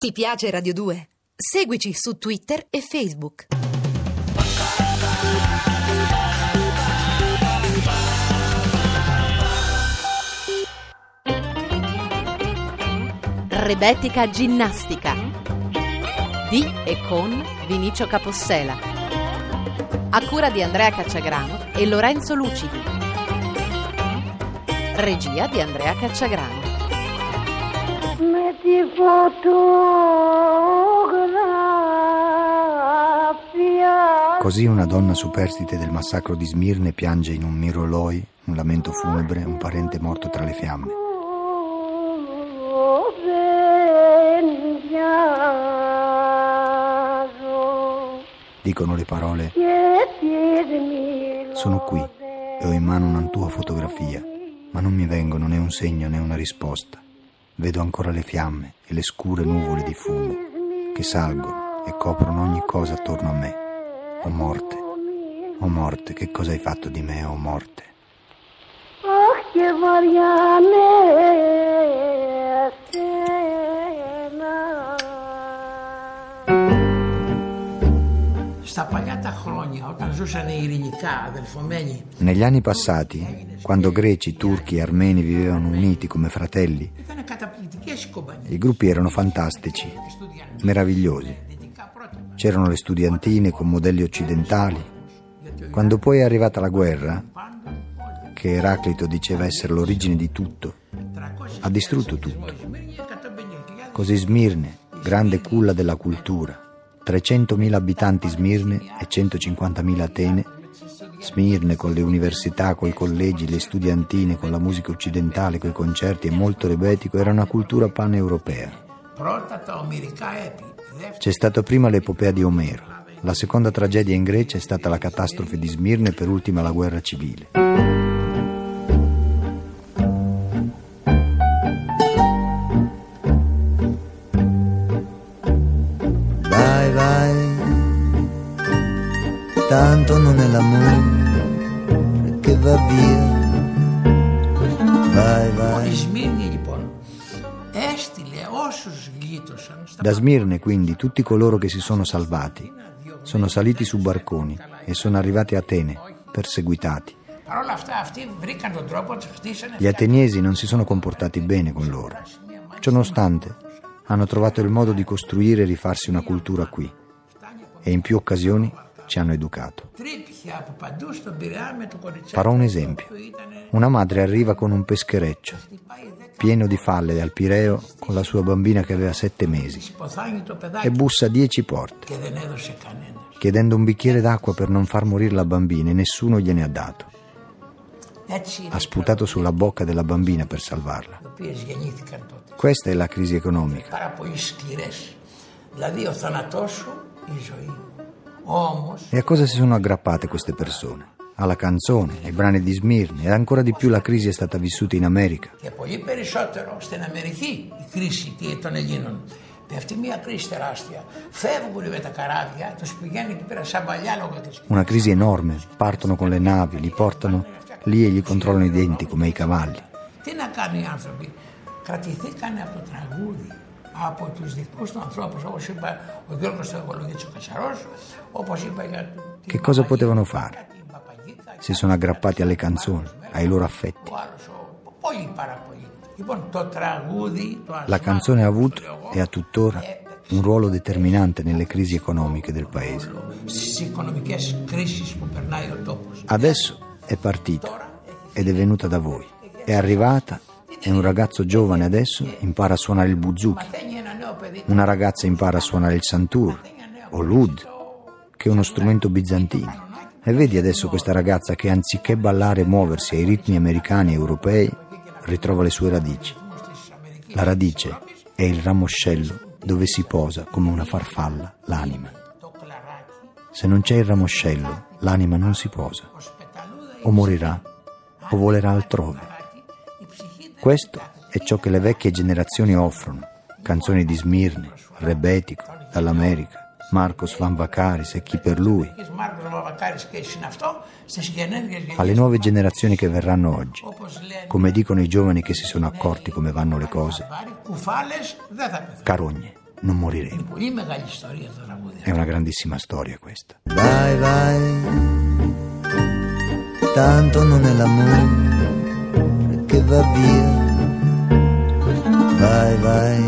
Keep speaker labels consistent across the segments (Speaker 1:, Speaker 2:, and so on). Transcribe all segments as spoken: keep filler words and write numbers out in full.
Speaker 1: Ti piace Radio due? Seguici su Twitter e Facebook.
Speaker 2: Rebetica ginnastica di e con Vinicio Capossela, a cura di Andrea Cacciagrano e Lorenzo Lucidi, regia di Andrea Cacciagrano.
Speaker 3: Così una donna superstite del massacro di Smirne piange in un miroloi un lamento funebre, un parente morto tra le fiamme. Dicono le parole: sono qui e ho in mano una tua fotografia, ma non mi vengono né un segno né una risposta. Vedo ancora le fiamme e le scure nuvole di fumo che salgono e coprono ogni cosa attorno a me. O morte, o morte, che cosa hai fatto di me, o morte?
Speaker 4: Oh, che variane Στα παλιά τα χρόνια, όταν ζούσαν ειρηνικά, αδελφωμένοι.
Speaker 3: Negli anni passati, quando greci, turchi e armeni vivevano uniti come fratelli, i gruppi erano fantastici, meravigliosi. C'erano le studiantine con modelli occidentali. Quando poi è arrivata la guerra, che Eraclito diceva essere l'origine di tutto, ha distrutto tutto. Così Smirne, grande culla della cultura, trecentomila abitanti Smirne e centocinquantamila Atene, Smirne con le università, coi collegi, le studiantine, con la musica occidentale, coi concerti e molto rebetico, era una cultura paneuropea. C'è stata prima l'epopea di Omero, la seconda tragedia in Grecia è stata la catastrofe di Smirne e per ultima la guerra civile.
Speaker 5: Vai, vai, tanto non è l'amore che va via. Vai, vai.
Speaker 3: Da Smirne, quindi, tutti coloro che si sono salvati sono saliti su barconi e sono arrivati a Atene, perseguitati. Gli ateniesi non si sono comportati bene con loro. Ciononostante, hanno trovato il modo di costruire e rifarsi una cultura qui e in più occasioni ci hanno educato. Farò un esempio. Una madre arriva con un peschereccio pieno di falle al Pireo con la sua bambina che aveva sette mesi e bussa a dieci porte chiedendo un bicchiere d'acqua per non far morire la bambina e nessuno gliene ha dato. Ha sputato sulla bocca della bambina per salvarla. Questa è la crisi economica. E a cosa si sono aggrappate queste persone? Alla canzone, ai brani di Smirne, e ancora di più la crisi è stata vissuta in America.
Speaker 4: Και πολύ περισσότερο στην Αμερική η κρίση των Ελλήνων. Πέφτει μια κρίση τεράστια. Φεύγουν με τα καράβια, τους πηγαίνει εκεί πέρα σαν παλιάλογα και σκηνές.
Speaker 3: Una crisi enorme, partono con le navi, li portano lì e gli controllano i denti come i cavalli.
Speaker 4: Τι να κάνουν οι άνθρωποι? Κρατηθήκανε από το τραγούδι, από τους δικούς του ανθρώπους, όπως είπα ο Γιώργος Θεοδωρίδης ο Κατσαρός, όπως είπα για...
Speaker 3: Che cosa potevano fare? Si sono aggrappati alle canzoni, ai loro affetti. La canzone ha avuto e ha tuttora un ruolo determinante nelle crisi economiche del paese. Adesso è partita ed è venuta da voi. È arrivata e un ragazzo giovane adesso impara a suonare il buzuki. Una ragazza impara a suonare il santur o l'ud, che è uno strumento bizantino. E vedi adesso questa ragazza che anziché ballare e muoversi ai ritmi americani e europei, ritrova le sue radici. La radice è il ramoscello dove si posa come una farfalla l'anima. Se non c'è il ramoscello, l'anima non si posa. O morirà o volerà altrove. Questo è ciò che le vecchie generazioni offrono. Canzoni di Smirne, rebetico, dall'America, Marcos Van Vakaris e chi per lui, alle nuove generazioni che verranno oggi, come dicono i giovani che si sono accorti come vanno le cose. Carogne, non
Speaker 4: Είναι
Speaker 3: moriremo.
Speaker 4: πολύ μεγάλη ιστορία το τραγούδι.
Speaker 3: È una grandissima storia questa.
Speaker 5: Vai, vai, tanto non è l'amore che va via. Vai, vai,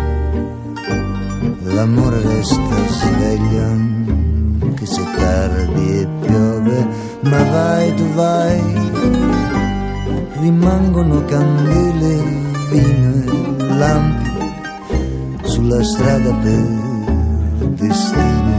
Speaker 5: l'amore resta sveglio anche se tardi e piove. Ma vai, tu vai, rimangono candele, vino e lampi sulla strada per destino.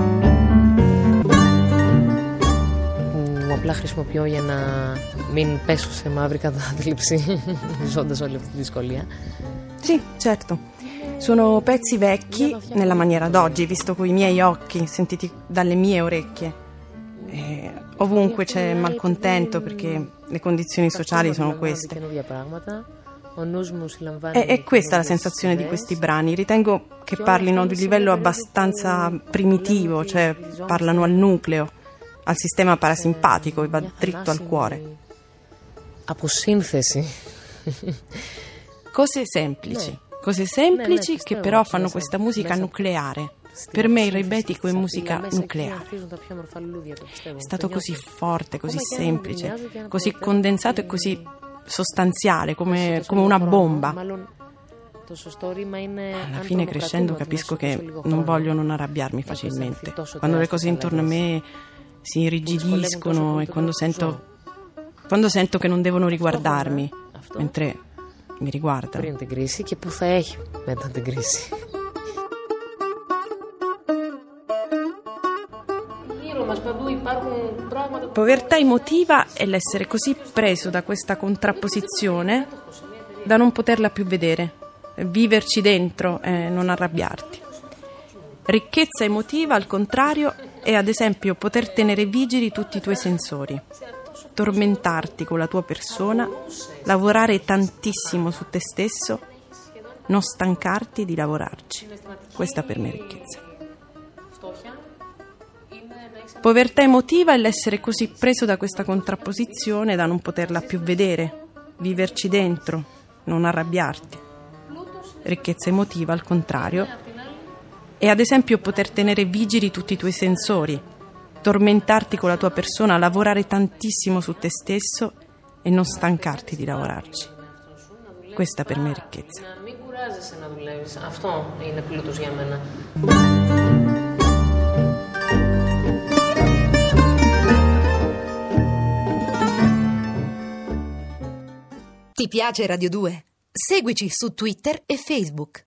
Speaker 6: Που απλά χρησιμοποιώ για να μην πέσω σε μαύρη κατάθλιψη ζώντας όλη αυτή τη δυσκολία.
Speaker 7: Sì, certo. Sono pezzi vecchi nella maniera d'oggi, visto coi miei occhi, sentiti dalle mie orecchie. E ovunque c'è malcontento perché le condizioni sociali sono queste. E è questa la sensazione di questi brani. Ritengo che parlino di livello abbastanza primitivo, cioè parlano al nucleo, al sistema parasimpatico e va dritto al cuore.
Speaker 6: Αποσύνθεση.
Speaker 7: Cose semplici, cose semplici che però fanno questa musica nucleare. Per me il rebetico è musica nucleare. È stato così forte, così semplice, così condensato e così sostanziale, come, come una bomba. Alla fine, crescendo, capisco che non voglio non arrabbiarmi facilmente. Quando le cose intorno a me si irrigidiscono e quando sento, quando sento che non devono riguardarmi, mentre mi riguardano.
Speaker 6: Πριν την κρίση και που θα έχει μετά την κρίση.
Speaker 7: Povertà emotiva è l'essere così preso da questa contrapposizione da non poterla più vedere, viverci dentro e non arrabbiarti. Ricchezza emotiva, al contrario, è ad esempio poter tenere vigili tutti i tuoi sensori, tormentarti con la tua persona, lavorare tantissimo su te stesso, non stancarti di lavorarci. Questa per me è ricchezza. Povertà emotiva è l'essere così preso da questa contrapposizione da non poterla più vedere, viverci dentro, non arrabbiarti. Ricchezza emotiva, al contrario, è ad esempio poter tenere vigili tutti i tuoi sensori, tormentarti con la tua persona, lavorare tantissimo su te stesso e non stancarti di lavorarci. Questa per me è ricchezza.
Speaker 6: Μην κουράζεσαι να δουλεύεις. Αυτό είναι πλούτος για μένα.
Speaker 1: Ti piace Radio due? Seguici su Twitter e Facebook.